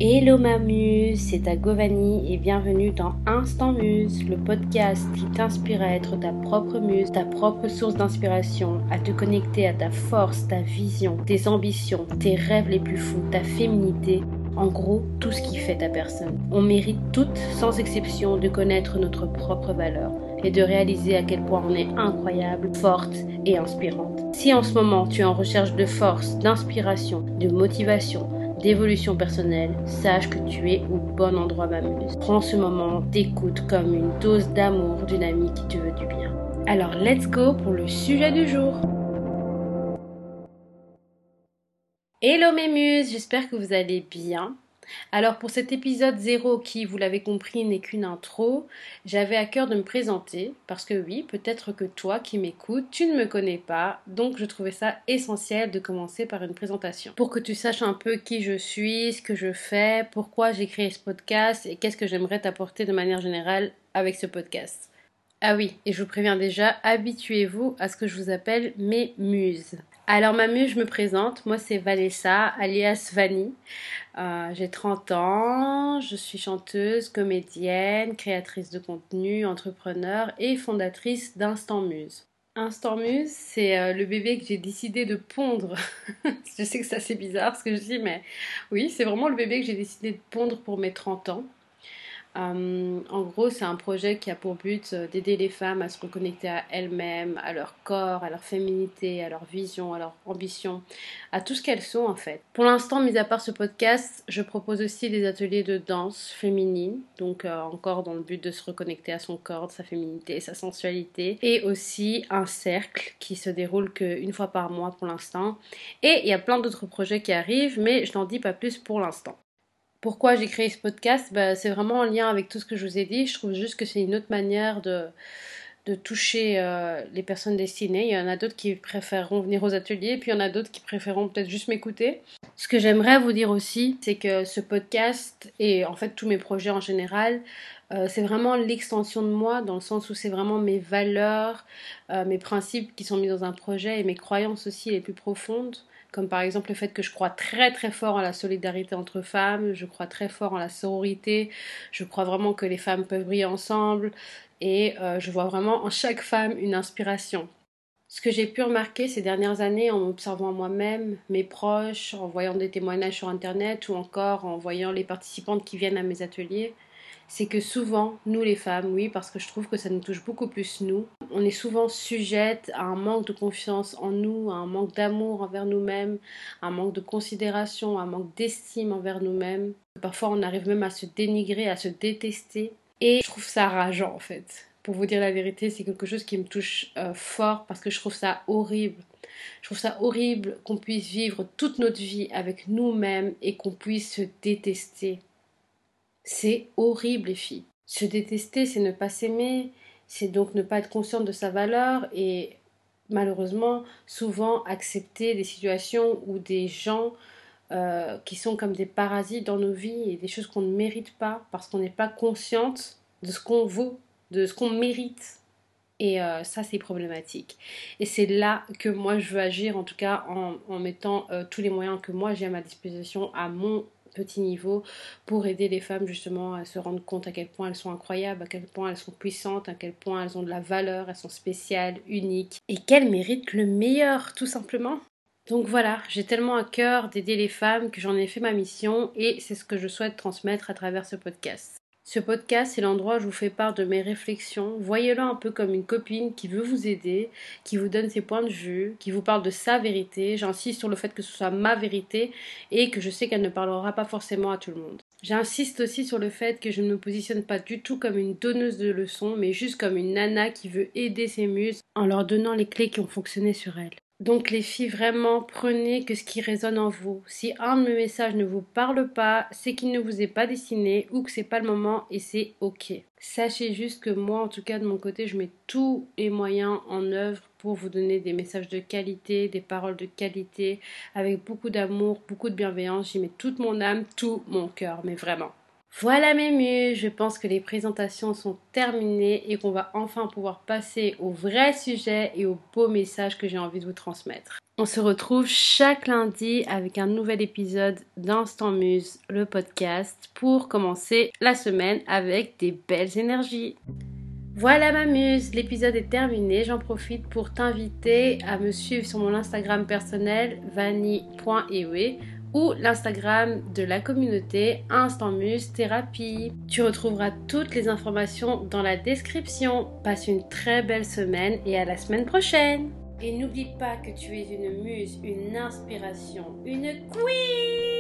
Hello ma muse, c'est ta Govani et bienvenue dans Instant Muse, le podcast qui t'inspire à être ta propre muse, ta propre source d'inspiration, à te connecter à ta force, ta vision, tes ambitions, tes rêves les plus fous, ta féminité, en gros tout ce qui fait ta personne. On mérite toutes, sans exception, de connaître notre propre valeur et de réaliser à quel point on est incroyable, forte et inspirante. Si en ce moment tu es en recherche de force, d'inspiration, de motivation, d'évolution personnelle, sache que tu es au bon endroit ma muse. Prends ce moment d'écoute comme une dose d'amour d'une amie qui te veut du bien. Alors let's go pour le sujet du jour. Hello mes muses, j'espère que vous allez bien. Alors pour cet épisode 0 qui, vous l'avez compris, n'est qu'une intro, j'avais à cœur de me présenter parce que oui, peut-être que toi qui m'écoutes, tu ne me connais pas, donc je trouvais ça essentiel de commencer par une présentation pour que tu saches un peu qui je suis, ce que je fais, pourquoi j'ai créé ce podcast et qu'est-ce que j'aimerais t'apporter de manière générale avec ce podcast. Ah oui, et je vous préviens déjà, habituez-vous à ce que je vous appelle mes muses. Alors ma muse, je me présente, moi c'est Vanessa, alias Vanny. J'ai 30 ans, je suis chanteuse, comédienne, créatrice de contenu, entrepreneur et fondatrice d'Instant Muse. Instant Muse, c'est le bébé que j'ai décidé de pondre. Je sais que ça c'est bizarre ce que je dis, mais oui, c'est vraiment le bébé que j'ai décidé de pondre pour mes 30 ans. En gros, c'est un projet qui a pour but d'aider les femmes à se reconnecter à elles-mêmes, à leur corps, à leur féminité, à leur vision, à leur ambition, à tout ce qu'elles sont en fait. Pour l'instant, mis à part ce podcast, je propose aussi des ateliers de danse féminine, donc encore dans le but de se reconnecter à son corps, de sa féminité, sa sensualité, et aussi un cercle qui se déroule qu'une fois par mois pour l'instant. Et il y a plein d'autres projets qui arrivent, mais je n'en dis pas plus pour l'instant. Pourquoi j'ai créé ce podcast? C'est vraiment en lien avec tout ce que je vous ai dit. Je trouve juste que c'est une autre manière de toucher les personnes destinées. Il y en a d'autres qui préféreront venir aux ateliers, puis il y en a d'autres qui préféreront peut-être juste m'écouter. Ce que j'aimerais vous dire aussi, c'est que ce podcast et en fait tous mes projets en général, c'est vraiment l'extension de moi dans le sens où c'est vraiment mes valeurs, mes principes qui sont mis dans un projet et mes croyances aussi les plus profondes. Comme par exemple le fait que je crois très très fort en la solidarité entre femmes, je crois très fort en la sororité, je crois vraiment que les femmes peuvent briller ensemble et je vois vraiment en chaque femme une inspiration. Ce que j'ai pu remarquer ces dernières années en m'observant moi-même, mes proches, en voyant des témoignages sur internet ou encore en voyant les participantes qui viennent à mes ateliers, c'est que souvent, nous les femmes, oui, parce que je trouve que ça nous touche beaucoup plus nous, on est souvent sujettes à un manque de confiance en nous, à un manque d'amour envers nous-mêmes, à un manque de considération, à un manque d'estime envers nous-mêmes. Parfois, on arrive même à se dénigrer, à se détester. Et je trouve ça rageant en fait. Pour vous dire la vérité, c'est quelque chose qui me touche fort parce que je trouve ça horrible. Je trouve ça horrible qu'on puisse vivre toute notre vie avec nous-mêmes et qu'on puisse se détester. C'est horrible les filles. Se détester, c'est ne pas s'aimer, c'est donc ne pas être consciente de sa valeur et malheureusement souvent accepter des situations où des gens qui sont comme des parasites dans nos vies et des choses qu'on ne mérite pas parce qu'on n'est pas consciente de ce qu'on vaut, de ce qu'on mérite. Et ça, c'est problématique. Et c'est là que moi, je veux agir, en tout cas en mettant tous les moyens que moi, j'ai à ma disposition à mon petit niveau pour aider les femmes justement à se rendre compte à quel point elles sont incroyables, à quel point elles sont puissantes, à quel point elles ont de la valeur, elles sont spéciales, uniques et qu'elles méritent le meilleur, tout simplement. Donc voilà, j'ai tellement à cœur d'aider les femmes que j'en ai fait ma mission et c'est ce que je souhaite transmettre à travers ce podcast. Ce podcast, c'est l'endroit où je vous fais part de mes réflexions. Voyez-le un peu comme une copine qui veut vous aider, qui vous donne ses points de vue, qui vous parle de sa vérité. J'insiste sur le fait que ce soit ma vérité et que je sais qu'elle ne parlera pas forcément à tout le monde. J'insiste aussi sur le fait que je ne me positionne pas du tout comme une donneuse de leçons, mais juste comme une nana qui veut aider ses muses en leur donnant les clés qui ont fonctionné sur elles. Donc les filles, vraiment, prenez que ce qui résonne en vous. Si un de mes messages ne vous parle pas, c'est qu'il ne vous est pas destiné ou que c'est pas le moment et c'est ok. Sachez juste que moi, en tout cas de mon côté, je mets tous les moyens en œuvre pour vous donner des messages de qualité, des paroles de qualité, avec beaucoup d'amour, beaucoup de bienveillance. J'y mets toute mon âme, tout mon cœur, mais vraiment. Voilà mes muses, je pense que les présentations sont terminées et qu'on va enfin pouvoir passer au vrai sujet et au beau message que j'ai envie de vous transmettre. On se retrouve chaque lundi avec un nouvel épisode d'Instant Muse, le podcast, pour commencer la semaine avec des belles énergies. Voilà ma muse, l'épisode est terminé. J'en profite pour t'inviter à me suivre sur mon Instagram personnel vanny.ewe ou l'Instagram de la communauté Instant Muse Thérapie. Tu retrouveras toutes les informations dans la description. Passe une très belle semaine et à la semaine prochaine. Et n'oublie pas que tu es une muse, une inspiration, une queen!